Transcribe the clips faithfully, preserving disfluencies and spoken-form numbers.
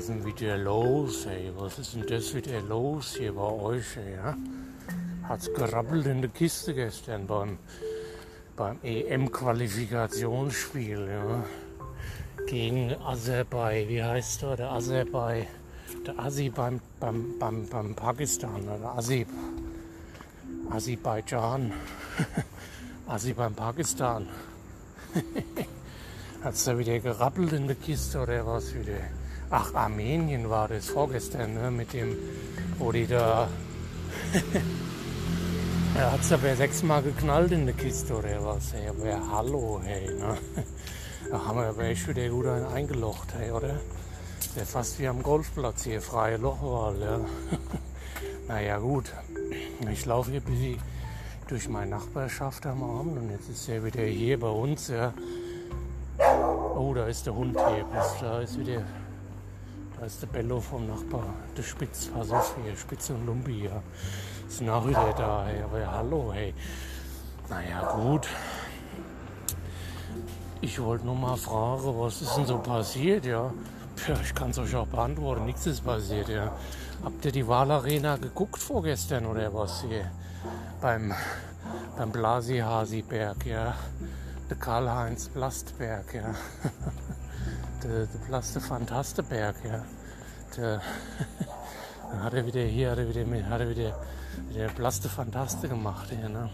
Was ist denn wieder los, ey? Was ist denn das wieder los hier bei euch, ey? Ja? Hat's gerappelt in der Kiste gestern beim, beim E M-Qualifikationsspiel, ja? Gegen Aserbai, wie heißt der? Der Aserbai, der Asi beim, beim, beim, beim Pakistan, oder Asi, Aserbaidschan, Asi beim Pakistan. Hat's da wieder gerappelt in der Kiste oder was wieder? Ach, Armenien war das vorgestern, ne? Mit dem, wo die da. Ja, hat's aber sechsmal geknallt in der Kiste oder was? Hey, aber hallo, hey, ne? Da haben wir aber echt wieder gut einen eingelocht, hey, oder? Der ist fast wie am Golfplatz hier, freie Lochwahl, ja. Naja, gut. Ich laufe hier ein bisschen durch meine Nachbarschaft am Abend und jetzt ist er wieder hier bei uns, ja. Oh, da ist der Hund hier. Da ist wieder. Da ist der Bello vom Nachbar. Der Spitz. Pass auf hier. Spitz und Lumpi, ja. Sind auch wieder da, hey. Aber ja, hallo, hey. Naja, gut. Ich wollte nur mal fragen, was ist denn so passiert, ja? Ja, ich kann es euch auch beantworten. Nichts ist passiert, ja. Habt ihr die Wahlarena geguckt vorgestern oder was hier? Beim, beim Blasi-Hasi-Berg, ja. Der Karl-Heinz Blastberg, ja. Der, der Plaste Fantasteberg, ja. Der, dann hat er wieder hier, hat er wieder, hat er wieder, wieder Plaste Fantaste gemacht, ja, ne?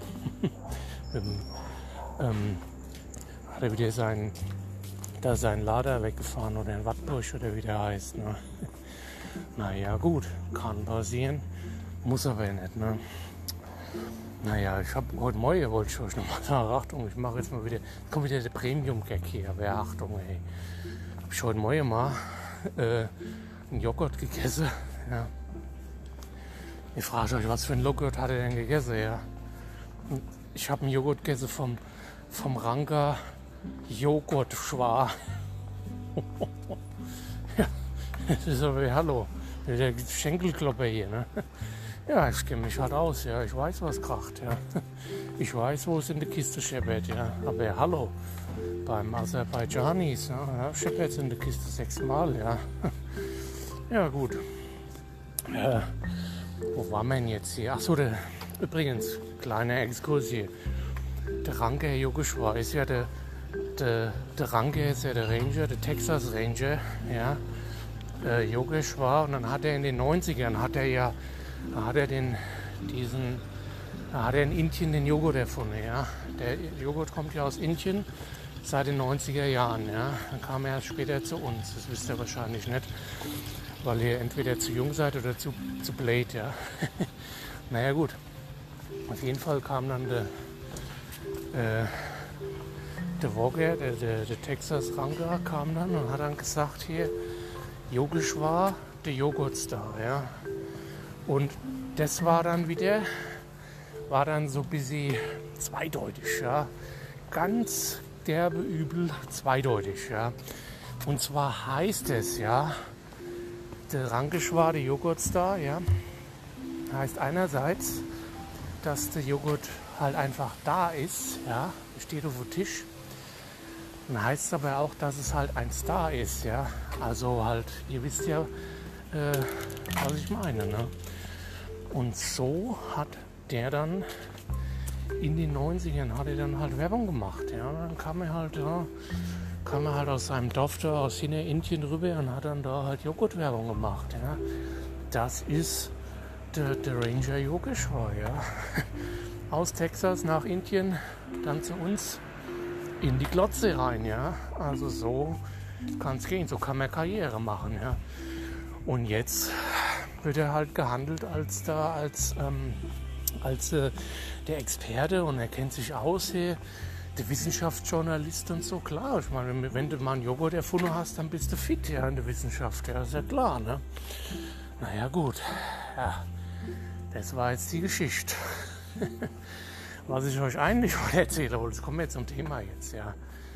ähm, hat er wieder seinen, da seinen Lader weggefahren oder in Wattburg oder wie der heißt, ne? Naja, gut, kann passieren, muss aber nicht, ne? Naja, ich habe heute Morgen, wollte ich euch nochmal sagen, Achtung, ich mache jetzt mal wieder, kommt wieder der Premium-Gag hier, aber ja, Achtung, ey. Habe ich heute Morgen mal äh, einen Joghurt gegessen, ja. Ich frage euch, was für einen Joghurt hat er denn gegessen, ja. Und ich habe einen Joghurt gegessen vom, vom Ranker Joghurt-Schwa. Ja, das ist aber, hallo, der Schenkelklopper hier, ne. Ja, ich kenne mich halt aus, ja. Ich weiß, was kracht, ja. Ich weiß, wo es in der Kiste scheppert, ja. Aber ja, hallo, beim Aserbaidschanis, ja, ja scheppert es in der Kiste sechsmal, ja. Ja, gut. Äh, wo waren wir denn jetzt hier? Achso, der, übrigens, kleiner Exkurs hier. Der Ranker Joghurt ist ja der, der, der Ranker ist ja der Ranger, der Texas Ranger, ja. Äh, Joghurt war, und dann hat er in den neunzigern, hat er ja Da hat er den, diesen, da hat er in Indien den Joghurt erfunden, ja. Der Joghurt kommt ja aus Indien seit den neunziger Jahren, ja. Dann kam er erst später zu uns, das wisst ihr wahrscheinlich nicht, weil ihr entweder zu jung seid oder zu, zu blöd, ja. Naja, gut. Auf jeden Fall kam dann der, äh, der Wogger, der, der, der Texas Ranker, kam dann und hat dann gesagt, hier, Joghurt war der Joghurtstar, ja. Und das war dann wieder, war dann so ein bisschen zweideutig, ja. Ganz derbe übel zweideutig, ja. Und zwar heißt es, ja, der Rankeschwar, der Joghurtstar, ja, heißt einerseits, dass der Joghurt halt einfach da ist, ja, steht auf dem Tisch. Dann heißt es aber auch, dass es halt ein Star ist, ja. Also halt, ihr wisst ja, äh, was ich meine, ne? Und so hat der dann in den neunzigern hat er dann halt Werbung gemacht, ja. Dann kam er halt, ja, kam er halt aus seinem Dorf da aus Indien rüber und hat dann da halt Joghurt-Werbung gemacht, ja. Das ist der, der Ranger Yogeshwar, ja. Aus Texas nach Indien, dann zu uns in die Glotze rein, ja. Also so kann es gehen, so kann man Karriere machen, ja. Und jetzt wird er halt gehandelt als da als ähm, als äh, der Experte und er kennt sich aus hier, der Wissenschaftsjournalist und so, klar. Ich meine, wenn du mal einen Joghurt erfunden hast, dann bist du fit, ja, in der Wissenschaft, ja, ist ja klar, ne? Naja, gut, ja, das war jetzt die Geschichte. Was ich euch eigentlich heute erzählen wollte, das kommen wir zum Thema jetzt, ja.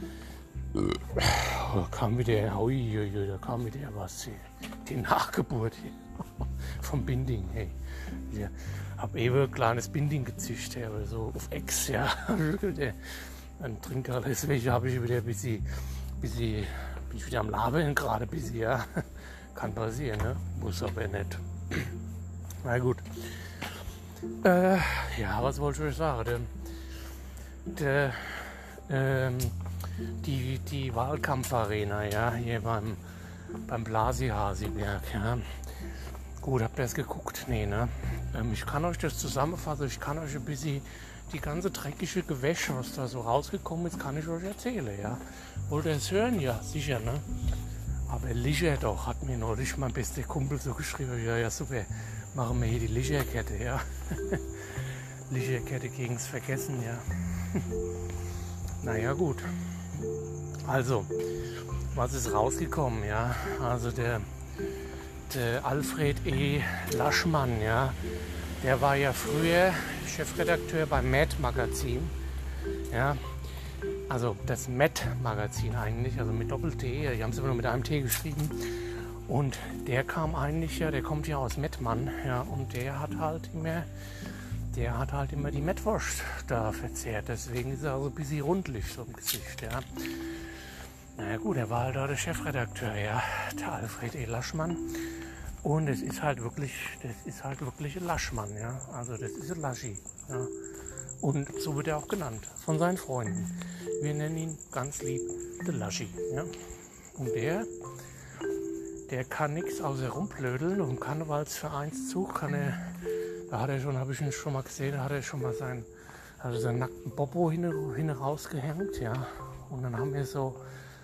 Da kam wieder, ui, ui, ui, da kam wieder was hier, die Nachgeburt hier. Vom Binding, hey. Ich habe eben ein kleines Binding gezischt, ja, so auf Ex, ja. Ein Trinker, deswegen habe ich wieder ein bisschen, bisschen, bin ich wieder am Labeln gerade ein bisschen, ja. Kann passieren, ne? Muss aber nicht. Na gut. Äh, ja, was wollte ich euch sagen? Der, der, ähm, die, die Wahlkampfarena, ja, hier beim, beim Blasi-Hasi-Berg, ja. Gut, habt ihr das geguckt? Nee, ne? Ähm, ich kann euch das zusammenfassen, ich kann euch ein bisschen die ganze dreckige Gewäsche, was da so rausgekommen ist, kann ich euch erzählen, ja. Wollt ihr es hören? Ja, sicher, ne? Aber Licher doch, hat mir neulich mein bester Kumpel so geschrieben, ja, ja, super, machen wir hier die Licherkette, ja. Licherkette gegen's Vergessen, ja. Naja, gut. Also, was ist rausgekommen, ja? Also der, der Alfred E. Laschmann, ja, der war ja früher Chefredakteur beim Mad-Magazin, ja. Also das Met-Magazin eigentlich, also mit Doppel-T, die haben es immer nur mit einem T geschrieben. Und der kam eigentlich, ja, der kommt ja aus Mettmann, ja, und der hat halt immer, der hat halt immer die Mettwurst da verzehrt. Deswegen ist er also ein bisschen rundlich so im Gesicht, ja. Naja gut, er war halt da der Chefredakteur, ja, der Alfred E. Laschmann. Und es ist halt wirklich, das ist halt wirklich ein Laschmann, ja. Also das ist ein Laschi, ja. Und so wird er auch genannt von seinen Freunden. Wir nennen ihn ganz lieb der Laschi. Ja? Und der, der kann nichts außer rumblödeln. Und im Karnevalsvereinszug kann er, da hat er schon, habe ich ihn schon mal gesehen, da hat er schon mal seinen, also seinen nackten Bobo hin, hin rausgehängt. Ja? Und dann haben wir so,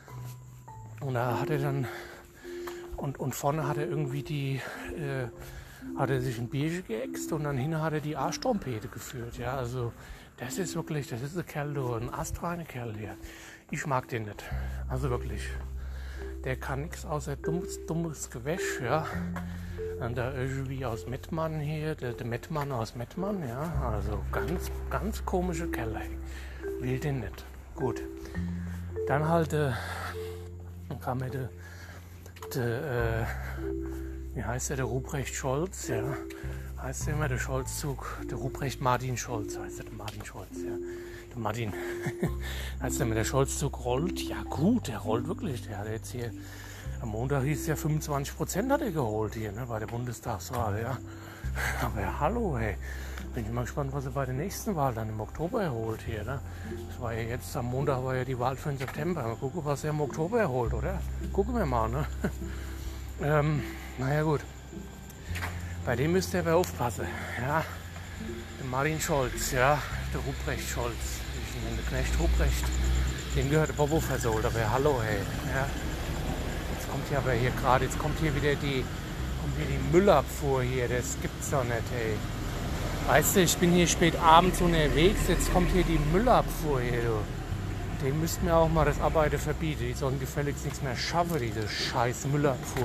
und da hat er dann, und, und vorne hat er irgendwie die, äh, hat er sich ein Bierchen geäxt und dann hinten hat er die Arschtrompete geführt. Ja, also das ist wirklich, das ist ein Kerl, du, ein astreiner Kerl hier. Ich mag den nicht. Also wirklich. Der kann nichts außer dummes, dummes Gewäsch, ja. Und da irgendwie aus Mettmann hier, der, der Mettmann aus Mettmann, ja. Also ganz, ganz komische Kerl. Will den nicht. Gut. Dann halt, äh, dann kam mir der, der, äh, wie heißt der, der Ruprecht Scholz, ja, heißt der immer, der Scholzzug, der Ruprecht Martin Scholz, heißt der, der Martin Scholz, ja, der Martin, heißt der, der Scholzzug rollt, ja gut, der rollt wirklich, der hat jetzt hier, am Montag hieß es ja fünfundzwanzig Prozent hat er geholt hier, ne, bei der Bundestagswahl, ja, aber hallo, hey, bin ich mal gespannt, was er bei der nächsten Wahl dann im Oktober erholt hier, ne, das war ja jetzt, am Montag war ja die Wahl für den September, mal gucken, was er im Oktober erholt, oder, gucken wir mal, ne, ähm, naja gut, bei dem müsst ihr aber aufpassen, ja, der Martin Scholz, ja, der Ruprecht Scholz, ich nenne den Knecht Ruprecht, dem gehört der Bobo versohlt, aber hallo, hey, ja, jetzt kommt hier aber hier gerade, jetzt kommt hier wieder die, kommt hier die Müllabfuhr hier, das gibt's doch nicht, hey, weißt du, ich bin hier spät abends unterwegs, jetzt kommt hier die Müllabfuhr hier, du. Dem müssten wir auch mal das Arbeiten verbieten. Die sollen gefälligst nichts mehr schaffen, diese scheiß Müllabfuhr.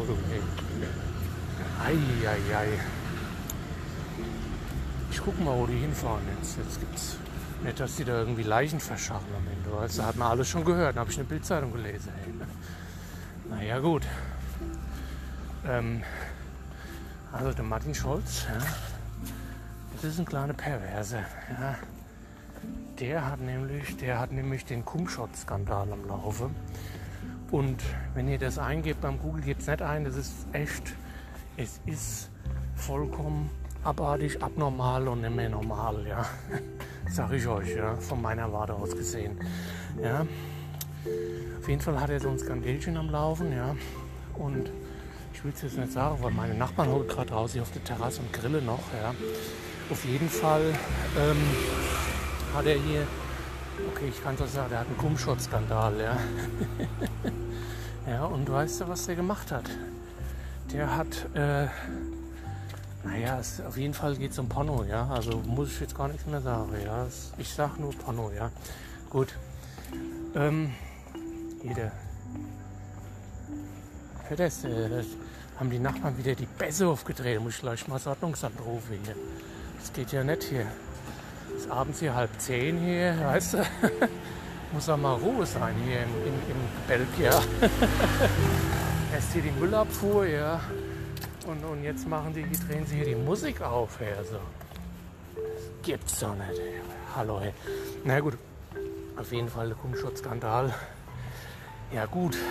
Eieiei. Ich guck mal, wo die hinfahren jetzt. Jetzt gibt's nicht, dass die da irgendwie Leichen verscharren am Ende. Weißt, da hat man alles schon gehört. Da habe ich eine Bildzeitung gelesen. Ey. Naja, gut. Ähm, also der Martin Scholz, ja, das ist ein kleiner Perverse. Ja. Der hat nämlich, der hat nämlich den Cum-Shot-Skandal am Laufe. Und wenn ihr das eingebt beim Google, gebt es nicht ein, das ist echt, es ist vollkommen abartig, abnormal und nicht mehr normal, ja. Sag ich euch, ja, von meiner Warte aus gesehen. Ja. Auf jeden Fall hat er so ein Skandälchen am Laufen, ja. Und ich will es jetzt nicht sagen, weil meine Nachbarn holen gerade raus hier auf der Terrasse und grillen noch, ja. Auf jeden Fall, ähm, hat er hier, okay, ich kann es auch sagen, der hat einen Cum-Shot-Skandal, ja. Ja, und weißt du, was der gemacht hat? Der hat, äh, naja, es, auf jeden Fall geht es um Porno, ja, also muss ich jetzt gar nichts mehr sagen, ja, es, ich sag nur Porno, ja, gut, ähm, jeder, hört das, äh, das haben die Nachbarn wieder die Bässe aufgedreht, muss ich gleich mal das Ordnungsamt rufen hier, das geht ja nicht hier. Ist abends hier halb zehn hier, weißt du? Muss auch mal Ruhe sein hier im, im, im Belg, ja. Erst hier die Müllabfuhr, ja. Und, und jetzt machen die, drehen sie hier die Musik auf, ja. So. Das gibt's doch nicht, ey. Hallo, ey. Na gut, auf jeden Fall der Cum-Shot-Skandal. Ja gut,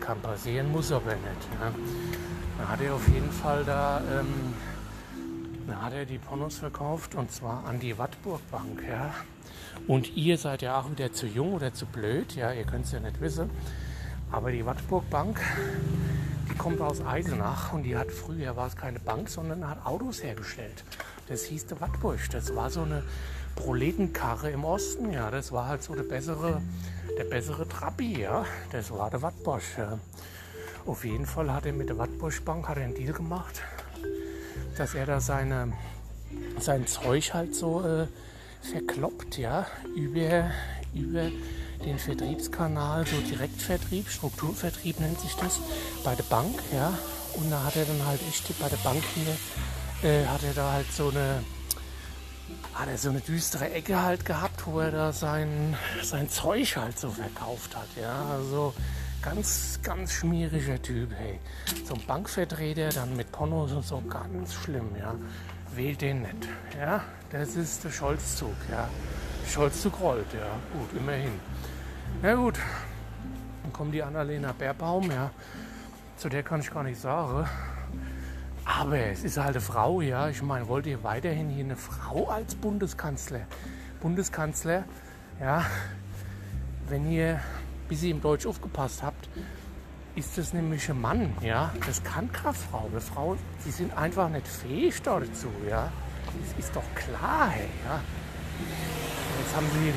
kann passieren, muss aber nicht. Ja. Dann hat er auf jeden Fall da, ähm, dann hat er die Pornos verkauft und zwar an die Wartburg Bank. Ja. Und ihr seid ja auch wieder zu jung oder zu blöd, ja, ihr könnt es ja nicht wissen. Aber die Wartburg Bank, die kommt aus Eisenach und die hat früher, war es keine Bank, sondern hat Autos hergestellt. Das hieß der Wartburg. Das war so eine Proletenkarre im Osten, ja. Das war halt so der bessere, der bessere Trabi, ja. Das war der Wartburg. Ja. Auf jeden Fall hat er mit der Wartburg Bank hat er einen Deal gemacht, dass er da seine, sein Zeug halt so äh, verkloppt, ja, über, über den Vertriebskanal, so Direktvertrieb, Strukturvertrieb nennt sich das, bei der Bank, ja. Und da hat er dann halt echt bei der Bank hier, äh, hat er da halt so eine, hat er so eine düstere Ecke halt gehabt, wo er da sein, sein Zeug halt so verkauft hat, ja. Also ganz, ganz schmieriger Typ, hey. So ein Bankvertreter, dann mit Pornos und so, ganz schlimm, ja. Wählt den nicht, ja. Das ist der Scholzzug, ja. Scholzzug rollt, ja. Gut, immerhin. Na gut, dann kommt die Annalena Baerbaum, ja. Zu der kann ich gar nicht sagen. Aber es ist halt eine Frau, ja. Ich meine, wollt ihr weiterhin hier eine Frau als Bundeskanzler? Bundeskanzler, ja. Wenn ihr, bis ihr im Deutsch aufgepasst habt, ist das nämlich ein Mann, ja. Das kann keine Frau. Eine Frau, sie sind einfach nicht fähig dazu, ja. Das ist doch klar, hey, ja. Jetzt haben sie hier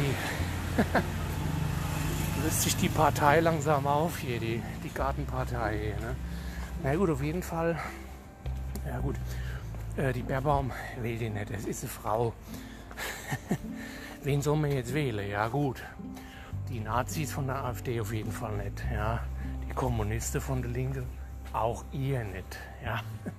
die, löst sich die Partei langsam auf hier, die, die Gartenpartei hier, ne. Na gut, auf jeden Fall. Ja gut, äh, die Baerbaum wählt ihn nicht, es ist eine Frau. Wen soll man jetzt wählen? Ja gut, die Nazis von der AfD auf jeden Fall nicht. Ja. Die Kommunisten von der Linke auch ihr nicht. Ja.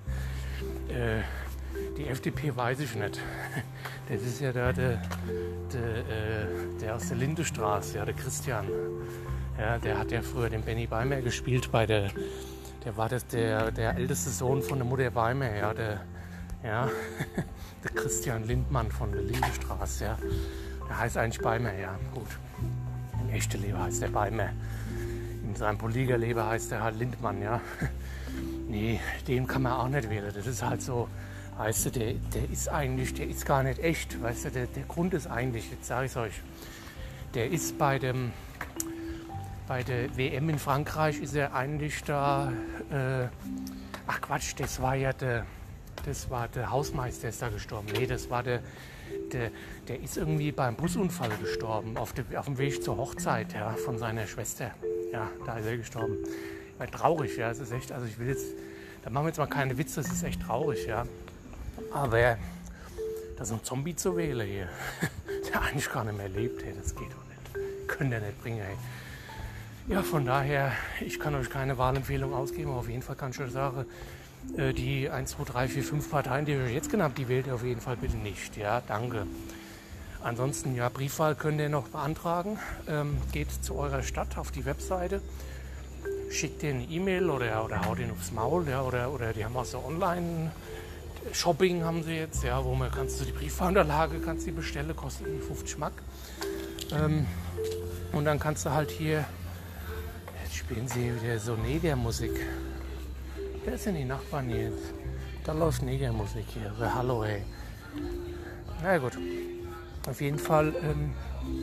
äh, die F D P weiß ich nicht. Das ist ja da der, der, äh, der aus der Lindestraße, ja, der Christian. Ja, der hat ja früher den Benny Beimer gespielt bei der. Der war das der, der älteste Sohn von der Mutter Beimer, ja, der, ja, der Christian Lindmann von der Lindestraße, ja. Der heißt eigentlich Beimer, ja, gut. Im echten Leben heißt der Beimer. In seinem Politikerleben heißt er halt Lindmann, ja. Nee, den kann man auch nicht wählen. Das ist halt so, weißt du, der, der ist eigentlich, der ist gar nicht echt, weißt du, der, der Grund ist eigentlich, jetzt sage ich es euch, der ist bei dem, bei der W M in Frankreich ist er eigentlich da, äh, ach Quatsch, das war ja der, das war der Hausmeister, ist da gestorben. Nee, das war der, der, der ist irgendwie beim Busunfall gestorben, auf, de, auf dem Weg zur Hochzeit, ja, von seiner Schwester. Ja, da ist er gestorben. War traurig, ja, es ist echt, also ich will jetzt, da machen wir jetzt mal keine Witze, das ist echt traurig, ja. Aber da so ein Zombie zu wählen hier, der eigentlich gar nicht mehr lebt, hey, das geht doch nicht. Könnt ihr nicht bringen, hey. Ja, von daher, ich kann euch keine Wahlempfehlung ausgeben, aber auf jeden Fall kann ich euch sagen, die eins, zwei, drei, vier, fünf Parteien, die ich euch jetzt genannt habe, die wählt ihr auf jeden Fall bitte nicht. Ja, danke. Ansonsten, ja, Briefwahl könnt ihr noch beantragen. Ähm, geht zu eurer Stadt auf die Webseite, schickt ihr eine E-Mail oder, oder haut ihn aufs Maul, ja, oder, oder die haben auch so Online-Shopping haben sie jetzt, ja, wo man kannst du die Briefwahlunterlage kannst du die bestellen, kostet irgendwie fünfzig Mark. Ähm, und dann kannst du halt hier, jetzt spielen sie wieder so Negermusik. Wer sind die Nachbarn hier? Da läuft Negermusik hier. Also, hallo, ey. Na gut. Auf jeden Fall, ähm,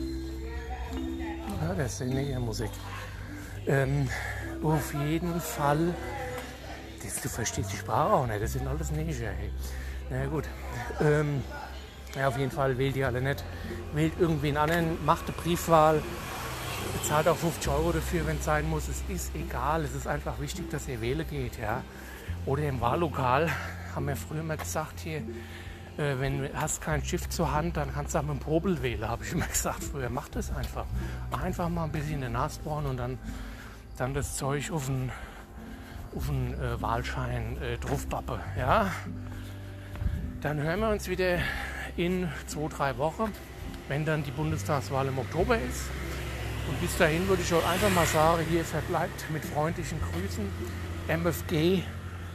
ja, das ist die Negermusik. Ähm, auf jeden Fall, das, du verstehst die Sprache auch nicht, das sind alles Neger, ey. Na gut. Ähm, ja, auf jeden Fall wählt ihr alle nicht. Wählt irgendwen anderen, macht eine Briefwahl. Zahlt auch fünfzig Euro dafür, wenn es sein muss. Es ist egal. Es ist einfach wichtig, dass ihr wählen geht. Ja? Oder im Wahllokal, haben wir früher mal gesagt, hier, äh, wenn du hast kein Stift zur Hand, dann kannst du auch mit dem Popel wählen, habe ich immer gesagt früher. Mach das einfach. Einfach mal ein bisschen in den Nase bohren und dann, dann das Zeug auf den, auf den äh, Wahlschein äh, draufpappen. Ja? Dann hören wir uns wieder in zwei, drei Wochen, wenn dann die Bundestagswahl im Oktober ist. Und bis dahin würde ich euch einfach mal sagen, hier verbleibt mit freundlichen Grüßen M F G.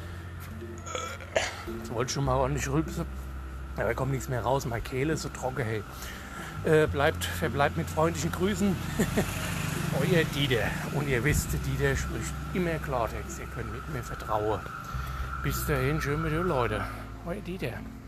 Jetzt wollte ich schon mal ordentlich rülpsen, aber da kommt nichts mehr raus, meine Kehle ist so trocken, hey. Äh, bleibt, verbleibt mit freundlichen Grüßen. Euer Euer Dieter. Und ihr wisst, Dieter spricht immer Klartext. Ihr könnt mit mir vertrauen. Bis dahin, schön mit euch, Leute. Euer Dieter.